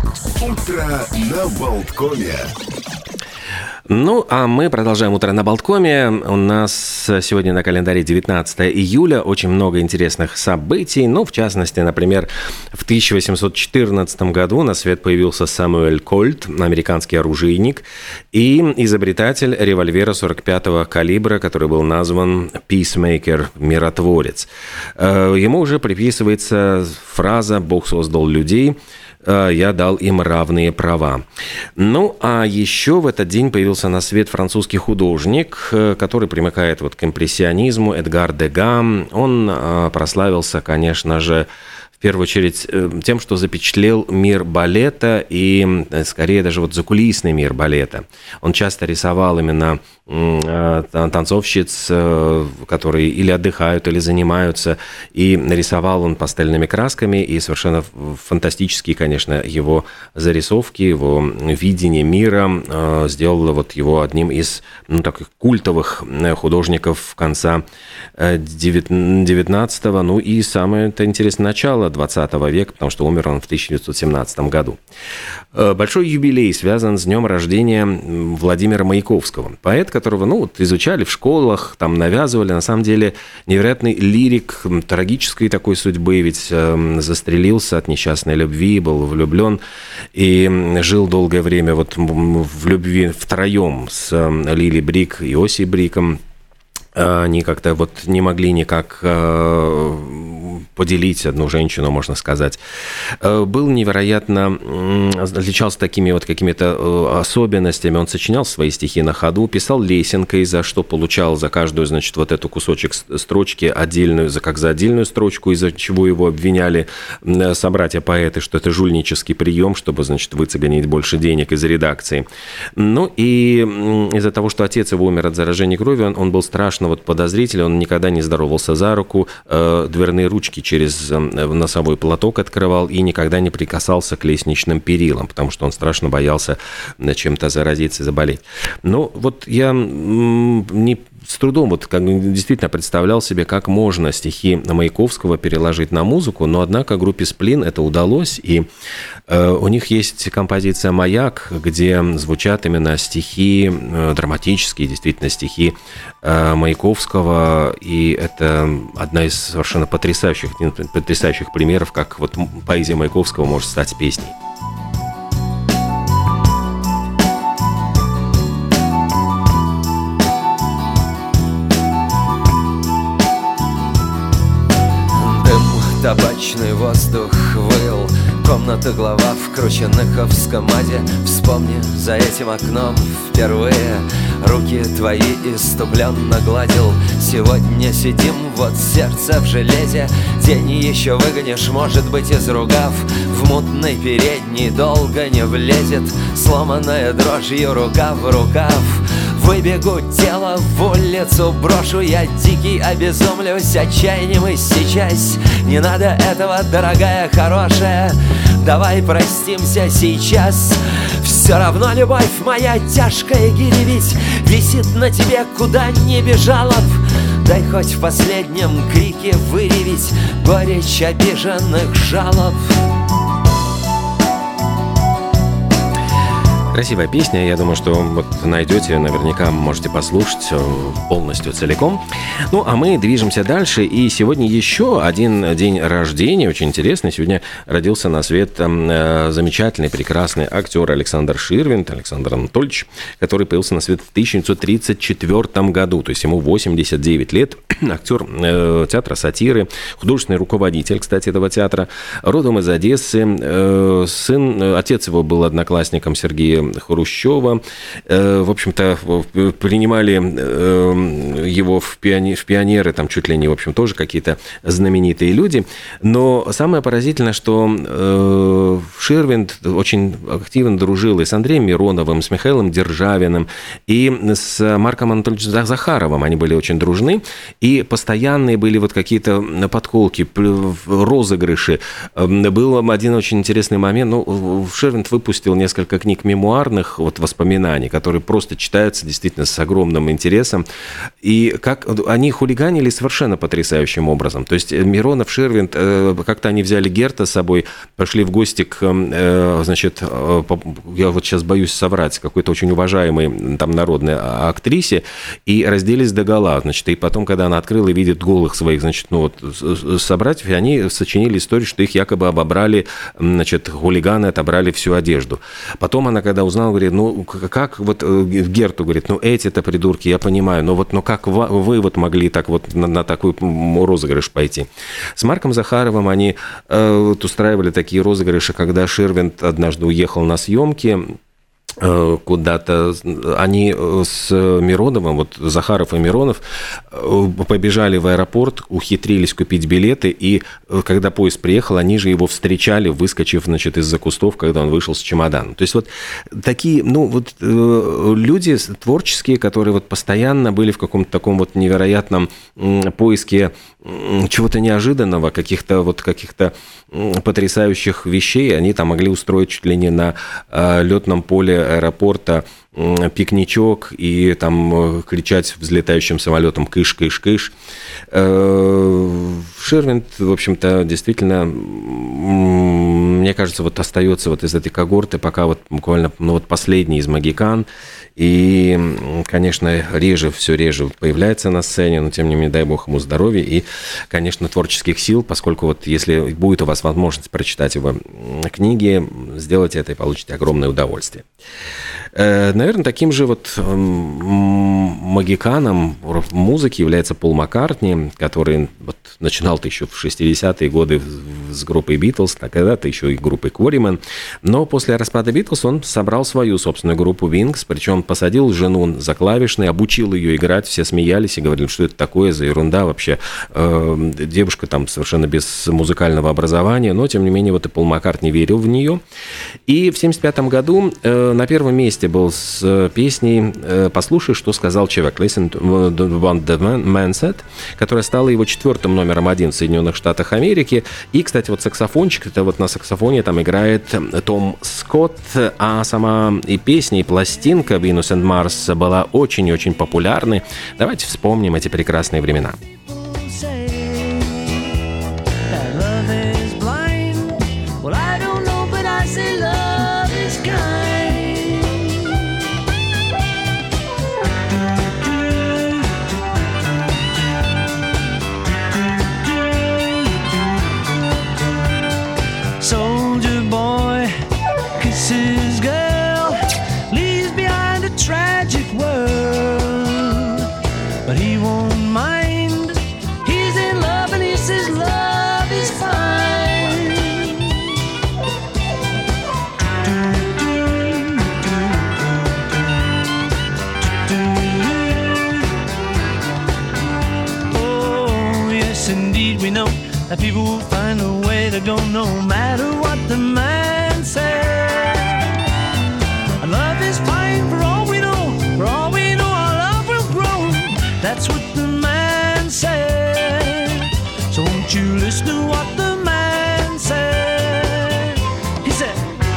Утро на Болткоме. Ну, а мы продолжаем «Утро на Болткоме». У нас сегодня на календаре 19 июля. Очень много интересных событий. Ну, в частности, например, в 1814 году на свет появился Самуэль Кольт, американский оружейник, и изобретатель револьвера 45-го калибра, который был назван «Peacemaker», «Миротворец». Ему уже приписывается фраза «Бог создал людей, я дал им равные права». Ну, а еще в этот день появился на свет французский художник, который примыкает вот к импрессионизму, Эдгар Дега. Он прославился, конечно же, в первую очередь тем, что запечатлел мир балета и, скорее, даже вот закулисный мир балета. Он часто рисовал именно танцовщиц, которые или отдыхают, или занимаются, и рисовал он пастельными красками, и совершенно фантастические, конечно, его зарисовки, его видение мира сделало вот его одним из таких культовых художников конца 19-го, ну и самое-то интересное начало 20 века, потому что умер он в 1917 году. Большой юбилей связан с днем рождения Владимира Маяковского. Поэт, которого изучали в школах, там навязывали. На самом деле невероятный лирик трагической такой судьбы, ведь застрелился от несчастной любви, был влюблен и жил долгое время вот в любви втроем с Лили Брик и Оси Бриком. Они как-то вот не могли никак поделить одну женщину, можно сказать. Был невероятно, отличался такими вот какими-то особенностями. Он сочинял свои стихи на ходу, писал лесенкой, за что получал за каждую, значит, вот эту кусочек строчки отдельную, как за отдельную строчку, из-за чего его обвиняли собратья-поэты, что это жульнический прием, чтобы, значит, выцегонить больше денег из редакции. Ну и из-за того, что отец его умер от заражения кровью, он был страшно вот подозрителен, он никогда не здоровался за руку, дверные ручки через носовой платок открывал и никогда не прикасался к лестничным перилам, потому что он страшно боялся чем-то заразиться и заболеть. Но вот я с трудом вот действительно представлял себе, как можно стихи Маяковского переложить на музыку, но однако группе «Сплин» это удалось, и у них есть композиция «Маяк», где звучат именно стихи, драматические действительно стихи Маяковского, и это одна из совершенно потрясающих примеров, как вот поэзия Маяковского может стать песней. Табачный воздух выл, комната глава в крученыховском аде. Вспомни, за этим окном впервые руки твои иступленно гладил. Сегодня сидим, вот сердце в железе. День еще выгонишь, может быть, из ругав. В мутной передней долго не влезет, сломанная дрожью рука в рукав. Выбегу тело в улицу, брошу я дикий, обезумлюсь отчаянием и сейчас. Не надо этого, дорогая, хорошая, давай простимся сейчас. Все равно любовь моя тяжкая гири ведь висит на тебе, куда не бежала б. Дай хоть в последнем крике выревить горечь обиженных жалоб. Красивая песня, я думаю, что вот найдете, наверняка можете послушать полностью, целиком. Ну, а мы движемся дальше, и сегодня еще один день рождения, очень интересный. Сегодня родился на свет замечательный, прекрасный актер Александр Ширвинд, Александр Анатольевич, который появился на свет в 1934 году, то есть ему 89 лет. Актер театра сатиры, художественный руководитель, кстати, этого театра, родом из Одессы. Отец его был одноклассником Сергея Хрущева. В общем-то, принимали его в пионеры, там чуть ли не, в общем, тоже какие-то знаменитые люди. Но самое поразительное, что Ширвинд очень активно дружил и с Андреем Мироновым, с Михаилом Державиным, и с Марком Анатольевичем Захаровым. Они были очень дружны, и постоянные были вот какие-то подколки, розыгрыши. Был один очень интересный момент. Ширвинд выпустил несколько книг мемуаров, мемуарных вот воспоминаний, которые просто читаются действительно с огромным интересом. И как они хулиганили совершенно потрясающим образом. То есть Миронов, Ширвинд, как-то они взяли Герта с собой, пошли в гости к, значит, я вот сейчас боюсь соврать, какой-то очень уважаемой там народной актрисе, и разделись догола, значит, и потом, когда она открыла и видит голых своих, значит, ну вот собратьев, они сочинили историю, что их якобы обобрали, значит, хулиганы отобрали всю одежду. Потом она, когда узнала, говорит, ну, как вот Герту, говорит, ну, эти-то придурки, я понимаю, но вот, ну, как вы вот могли так вот на такой розыгрыш пойти? С Марком Захаровым они вот устраивали такие розыгрыши, когда Ширвинд однажды уехал на съемки куда-то, они с Мироновым, вот Захаров и Миронов, побежали в аэропорт, ухитрились купить билеты, и когда поезд приехал, они же его встречали, выскочив, значит, из-за кустов, когда он вышел с чемоданом. То есть вот такие, ну, вот люди творческие, которые вот постоянно были в каком-то таком вот невероятном поиске чего-то неожиданного, каких-то потрясающих вещей, они там могли устроить чуть ли не на летном поле аэропорта пикничок и там кричать взлетающим самолетом «кыш, кыш, кыш». Ширвинд, в общем-то, действительно, мне кажется, вот остается вот из этой когорты пока вот буквально, ну вот последний из магикан. И, конечно, все реже появляется на сцене, но, тем не менее, дай бог ему здоровья и, конечно, творческих сил, поскольку вот если будет у вас возможность прочитать его книги, сделайте это и получите огромное удовольствие. Наверное, таким же вот магиканом в музыке является Пол Маккартни, который вот начинал-то еще в 60-е годы с группой Битлз, а когда-то еще и группой Quarrymen. Но после распада Битлз он собрал свою собственную группу Wings, причем посадил жену за клавишные, обучил ее играть, все смеялись и говорили, что это такое за ерунда вообще. Девушка там совершенно без музыкального образования, но, тем не менее, вот и Пол Маккартни верил в нее. И в 1975 году на первом месте был с песней «Послушай, что сказал человек», «Listen to what the man said», которая стала его 4-м номером 1 в Соединенных Штатах Америки. И, кстати, вот саксофончик, это вот на саксофоне там играет Том Скотт, а сама и песня, и пластинка «Venus and Mars» была очень-очень популярной. Давайте вспомним эти прекрасные времена. That people will find a way to go no matter what the man says. Our love is fine for all we know. For all we know, our love will grow. That's what the man said. So won't you listen to what the man said? He said.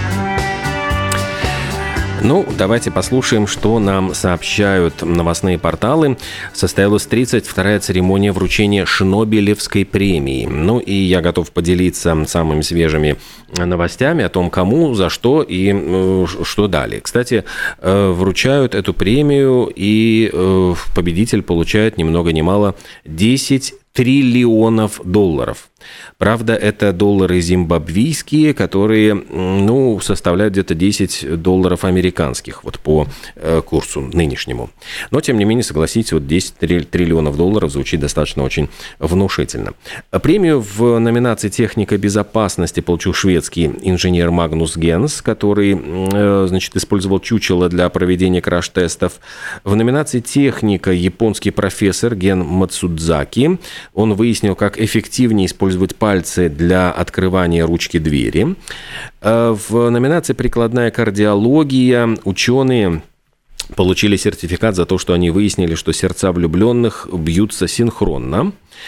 Ну, давайте послушаем, что нам сообщают новостные порталы. Состоялась 32-я церемония вручения Шнобелевской премии. Ну, и я готов поделиться самыми свежими новостями о том, кому, за что и что дали. Кстати, вручают эту премию, и победитель получает ни много ни мало 10 триллионов долларов. Правда, это доллары зимбабвийские, которые, ну, составляют где-то 10 долларов американских, вот по курсу нынешнему. Но, тем не менее, согласитесь, вот 10 триллионов долларов звучит достаточно очень внушительно. Премию в номинации «Техника безопасности» получил шведский инженер Магнус Генс, который, значит, использовал чучело для проведения краш-тестов. В номинации «Техника» японский профессор Ген Мацудзаки. Он выяснил, как эффективнее использовать пальцы для открывания ручки двери. В номинации «Прикладная кардиология» ученые получили сертификат за то, что они выяснили, что сердца влюбленных бьются синхронно.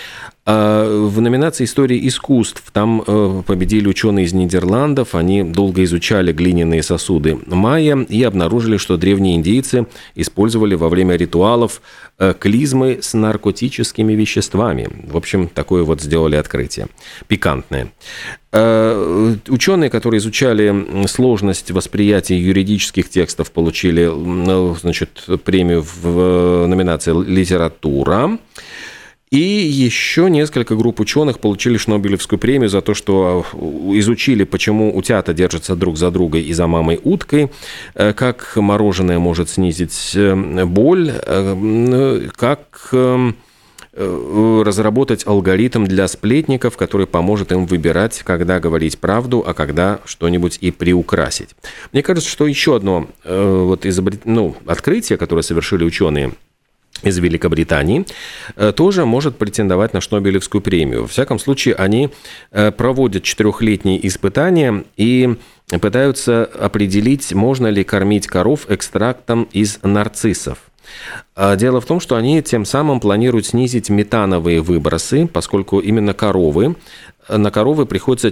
В номинации «История искусств» там победили ученые из Нидерландов. Они долго изучали глиняные сосуды майя и обнаружили, что древние индейцы использовали во время ритуалов клизмы с наркотическими веществами. В общем, такое вот сделали открытие. Пикантное. Ученые, которые изучали сложность восприятия юридических текстов, получили, значит, премию в номинации «Литература». И еще несколько групп ученых получили Шнобелевскую премию за то, что изучили, почему утята держатся друг за другой и за мамой уткой, как мороженое может снизить боль, как разработать алгоритм для сплетников, который поможет им выбирать, когда говорить правду, а когда что-нибудь и приукрасить. Мне кажется, что еще одно открытие, которое совершили ученые из Великобритании, тоже может претендовать на Шнобелевскую премию. Во всяком случае, они проводят 4-летние испытания и пытаются определить, можно ли кормить коров экстрактом из нарциссов. Дело в том, что они тем самым планируют снизить метановые выбросы, поскольку именно на коровы приходится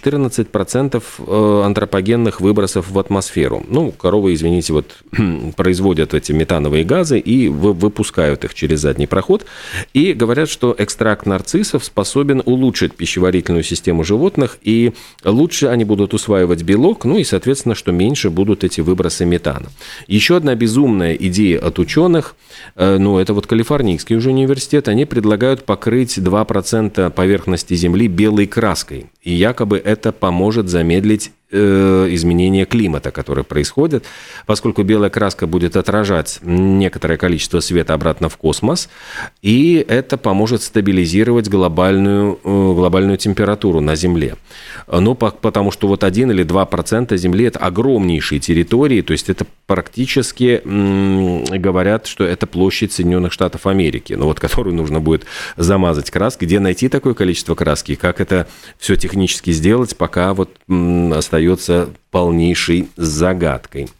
14% антропогенных выбросов в атмосферу. Коровы, извините, производят эти метановые газы и выпускают их через задний проход. И говорят, что экстракт нарциссов способен улучшить пищеварительную систему животных, и лучше они будут усваивать белок, и, соответственно, что меньше будут эти выбросы метана. Еще одна безумная идея от ученых, это Калифорнийский уже университет, они предлагают покрыть 2% поверхности Земли белой краской. И якобы это поможет замедлить изменения климата, которые происходят, поскольку белая краска будет отражать некоторое количество света обратно в космос, и это поможет стабилизировать глобальную температуру на Земле. Потому что 1 или 2% Земли – это огромнейшие территории, то есть это практически, говорят, что это площадь Соединенных Штатов Америки, которую нужно будет замазать краской. Где найти такое количество краски, как это все технически сделать, пока остается полнейшей загадкой.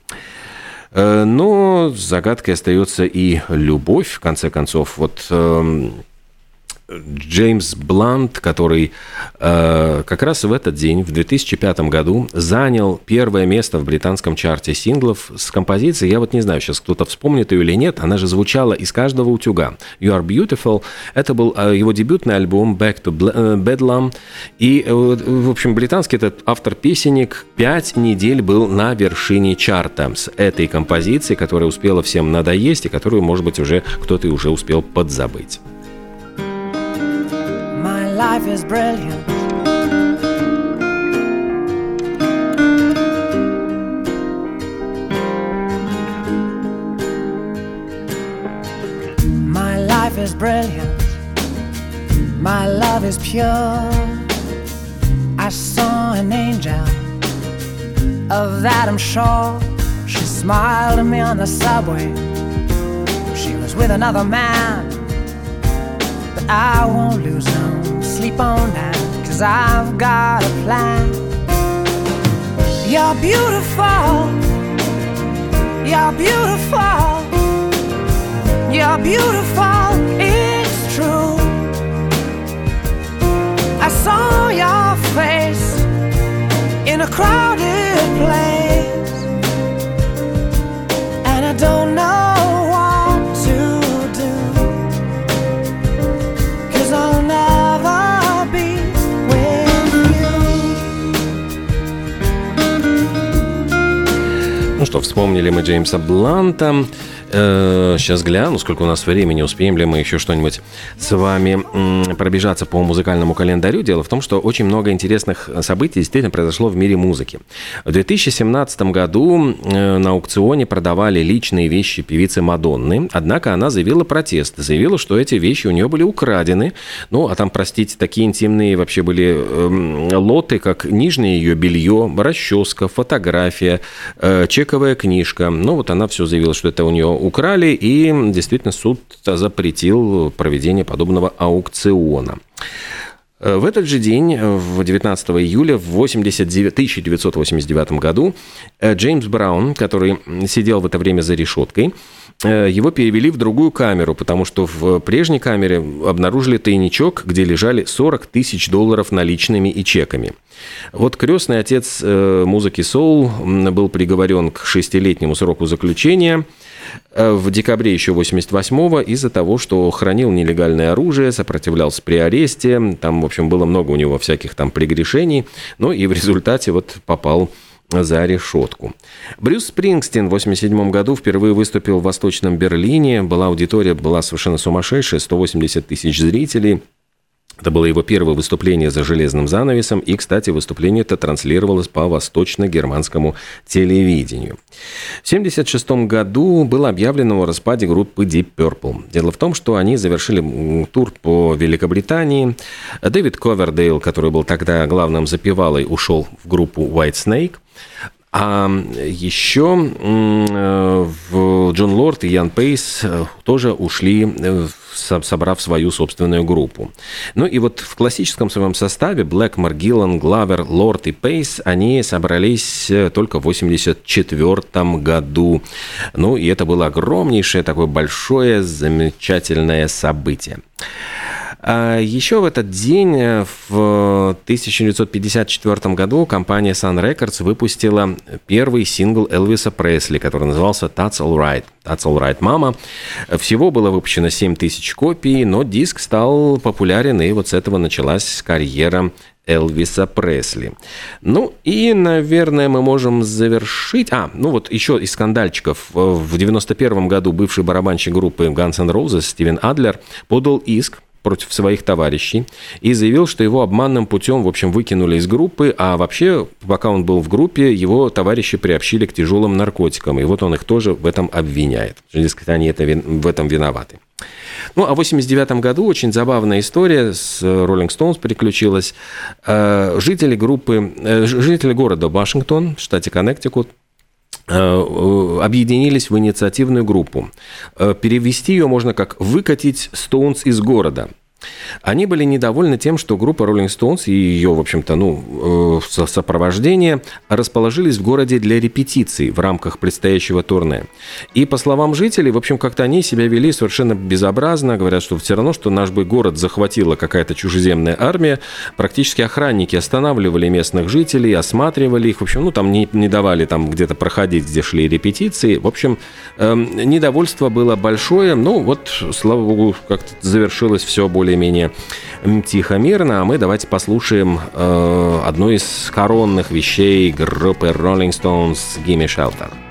Но загадкой остается и любовь, в конце концов. Джеймс Блант, который как раз в этот день, в 2005 году, занял первое место в британском чарте синглов с композицией, я не знаю, сейчас кто-то вспомнит ее или нет, она же звучала из каждого утюга. You Are Beautiful, это был его дебютный альбом Back to Bedlam, и, в общем, британский этот автор-песенник 5 недель был на вершине чарта с этой композицией, которая успела всем надоесть и которую, может быть, уже кто-то уже успел подзабыть. Life is brilliant. My life is brilliant. My love is pure. I saw an angel, of that I'm sure. She smiled at me on the subway. She was with another man, but I won't lose no sleep on that, 'cause I've got a plan. You're beautiful. You're beautiful. You're beautiful. It's true. I saw your face in a crowded place, and I don't know what to do, 'cause I'll never be with you. Ну что, вспомнили мы Джеймса Бланта. Сейчас гляну, сколько у нас времени, успеем ли мы еще что-нибудь с вами пробежаться по музыкальному календарю. Дело в том, что очень много интересных событий действительно произошло в мире музыки. В 2017 году на аукционе продавали личные вещи певицы Мадонны, однако она заявила протест, заявила, что эти вещи у нее были украдены. Ну, а там, простите, такие интимные вообще были лоты, как нижнее ее белье, расческа, фотография, чековая книжка. Ну, вот она все заявила, что это у нее украли, и действительно суд запретил проведение подобного аукциона. В этот же день, 19 июля в 1989 году, Джеймс Браун, который сидел в это время за решеткой, его перевели в другую камеру, потому что в прежней камере обнаружили тайничок, где лежали $40 тысяч наличными и чеками. Вот крестный отец музыки соул был приговорен к 6-летнему сроку заключения в декабре еще 88-го из-за того, что хранил нелегальное оружие, сопротивлялся при аресте. Там, в общем, было много у него всяких там прегрешений, но и в результате вот попал за решетку. Брюс Спрингстин в 1987 году впервые выступил в Восточном Берлине. Аудитория была совершенно сумасшедшая, 180 тысяч зрителей. Это было его первое выступление за железным занавесом, и, кстати, выступление это транслировалось по восточно-германскому телевидению. В 1976 году было объявлено о распаде группы Deep Purple. Дело в том, что они завершили тур по Великобритании. Дэвид Ковердейл, который был тогда главным запевалой, ушел в группу White Snake. А еще Джон Лорд и Ян Пейс тоже ушли, собрав свою собственную группу. Ну и вот в классическом своем составе Блэкмор, Гиллан, Главер, Лорд и Пейс, они собрались только в 1984 году. Ну и это было огромнейшее, такое большое, замечательное событие. А еще в этот день, в 1954 году, компания Sun Records выпустила первый сингл Элвиса Пресли, который назывался «That's All Right». «That's All Right, Mama». Всего было выпущено 7 тысяч копий, но диск стал популярен, и вот с этого началась карьера Элвиса Пресли. Ну и, наверное, мы можем завершить... вот еще из скандальчиков. В 1991 году бывший барабанщик группы Guns N' Roses Стивен Адлер подал иск против своих товарищей и заявил, что его обманным путем, в общем, выкинули из группы, а вообще, пока он был в группе, его товарищи приобщили к тяжелым наркотикам, и вот он их тоже в этом обвиняет. Дескать, они в этом виноваты. Ну, а в 1989 году очень забавная история с Rolling Stones приключилась. Жители города Вашингтон, в штате Коннектикут, объединились в инициативную группу. Перевести ее можно как «выкатить Stones из города». Они были недовольны тем, что группа Rolling Stones и ее, в общем-то, сопровождение расположились в городе для репетиций в рамках предстоящего турне. И, по словам жителей, в общем, как-то они себя вели совершенно безобразно. Говорят, что все равно, что наш бы город захватила какая-то чужеземная армия. Практически охранники останавливали местных жителей, осматривали их. В общем, там не давали там где-то проходить, где шли репетиции. В общем, недовольство было большое. Ну, вот, слава богу, как-то завершилось все более-менее тихо, мирно, а мы давайте послушаем одну из коронных вещей группы Rolling Stones «Gimme Shelter».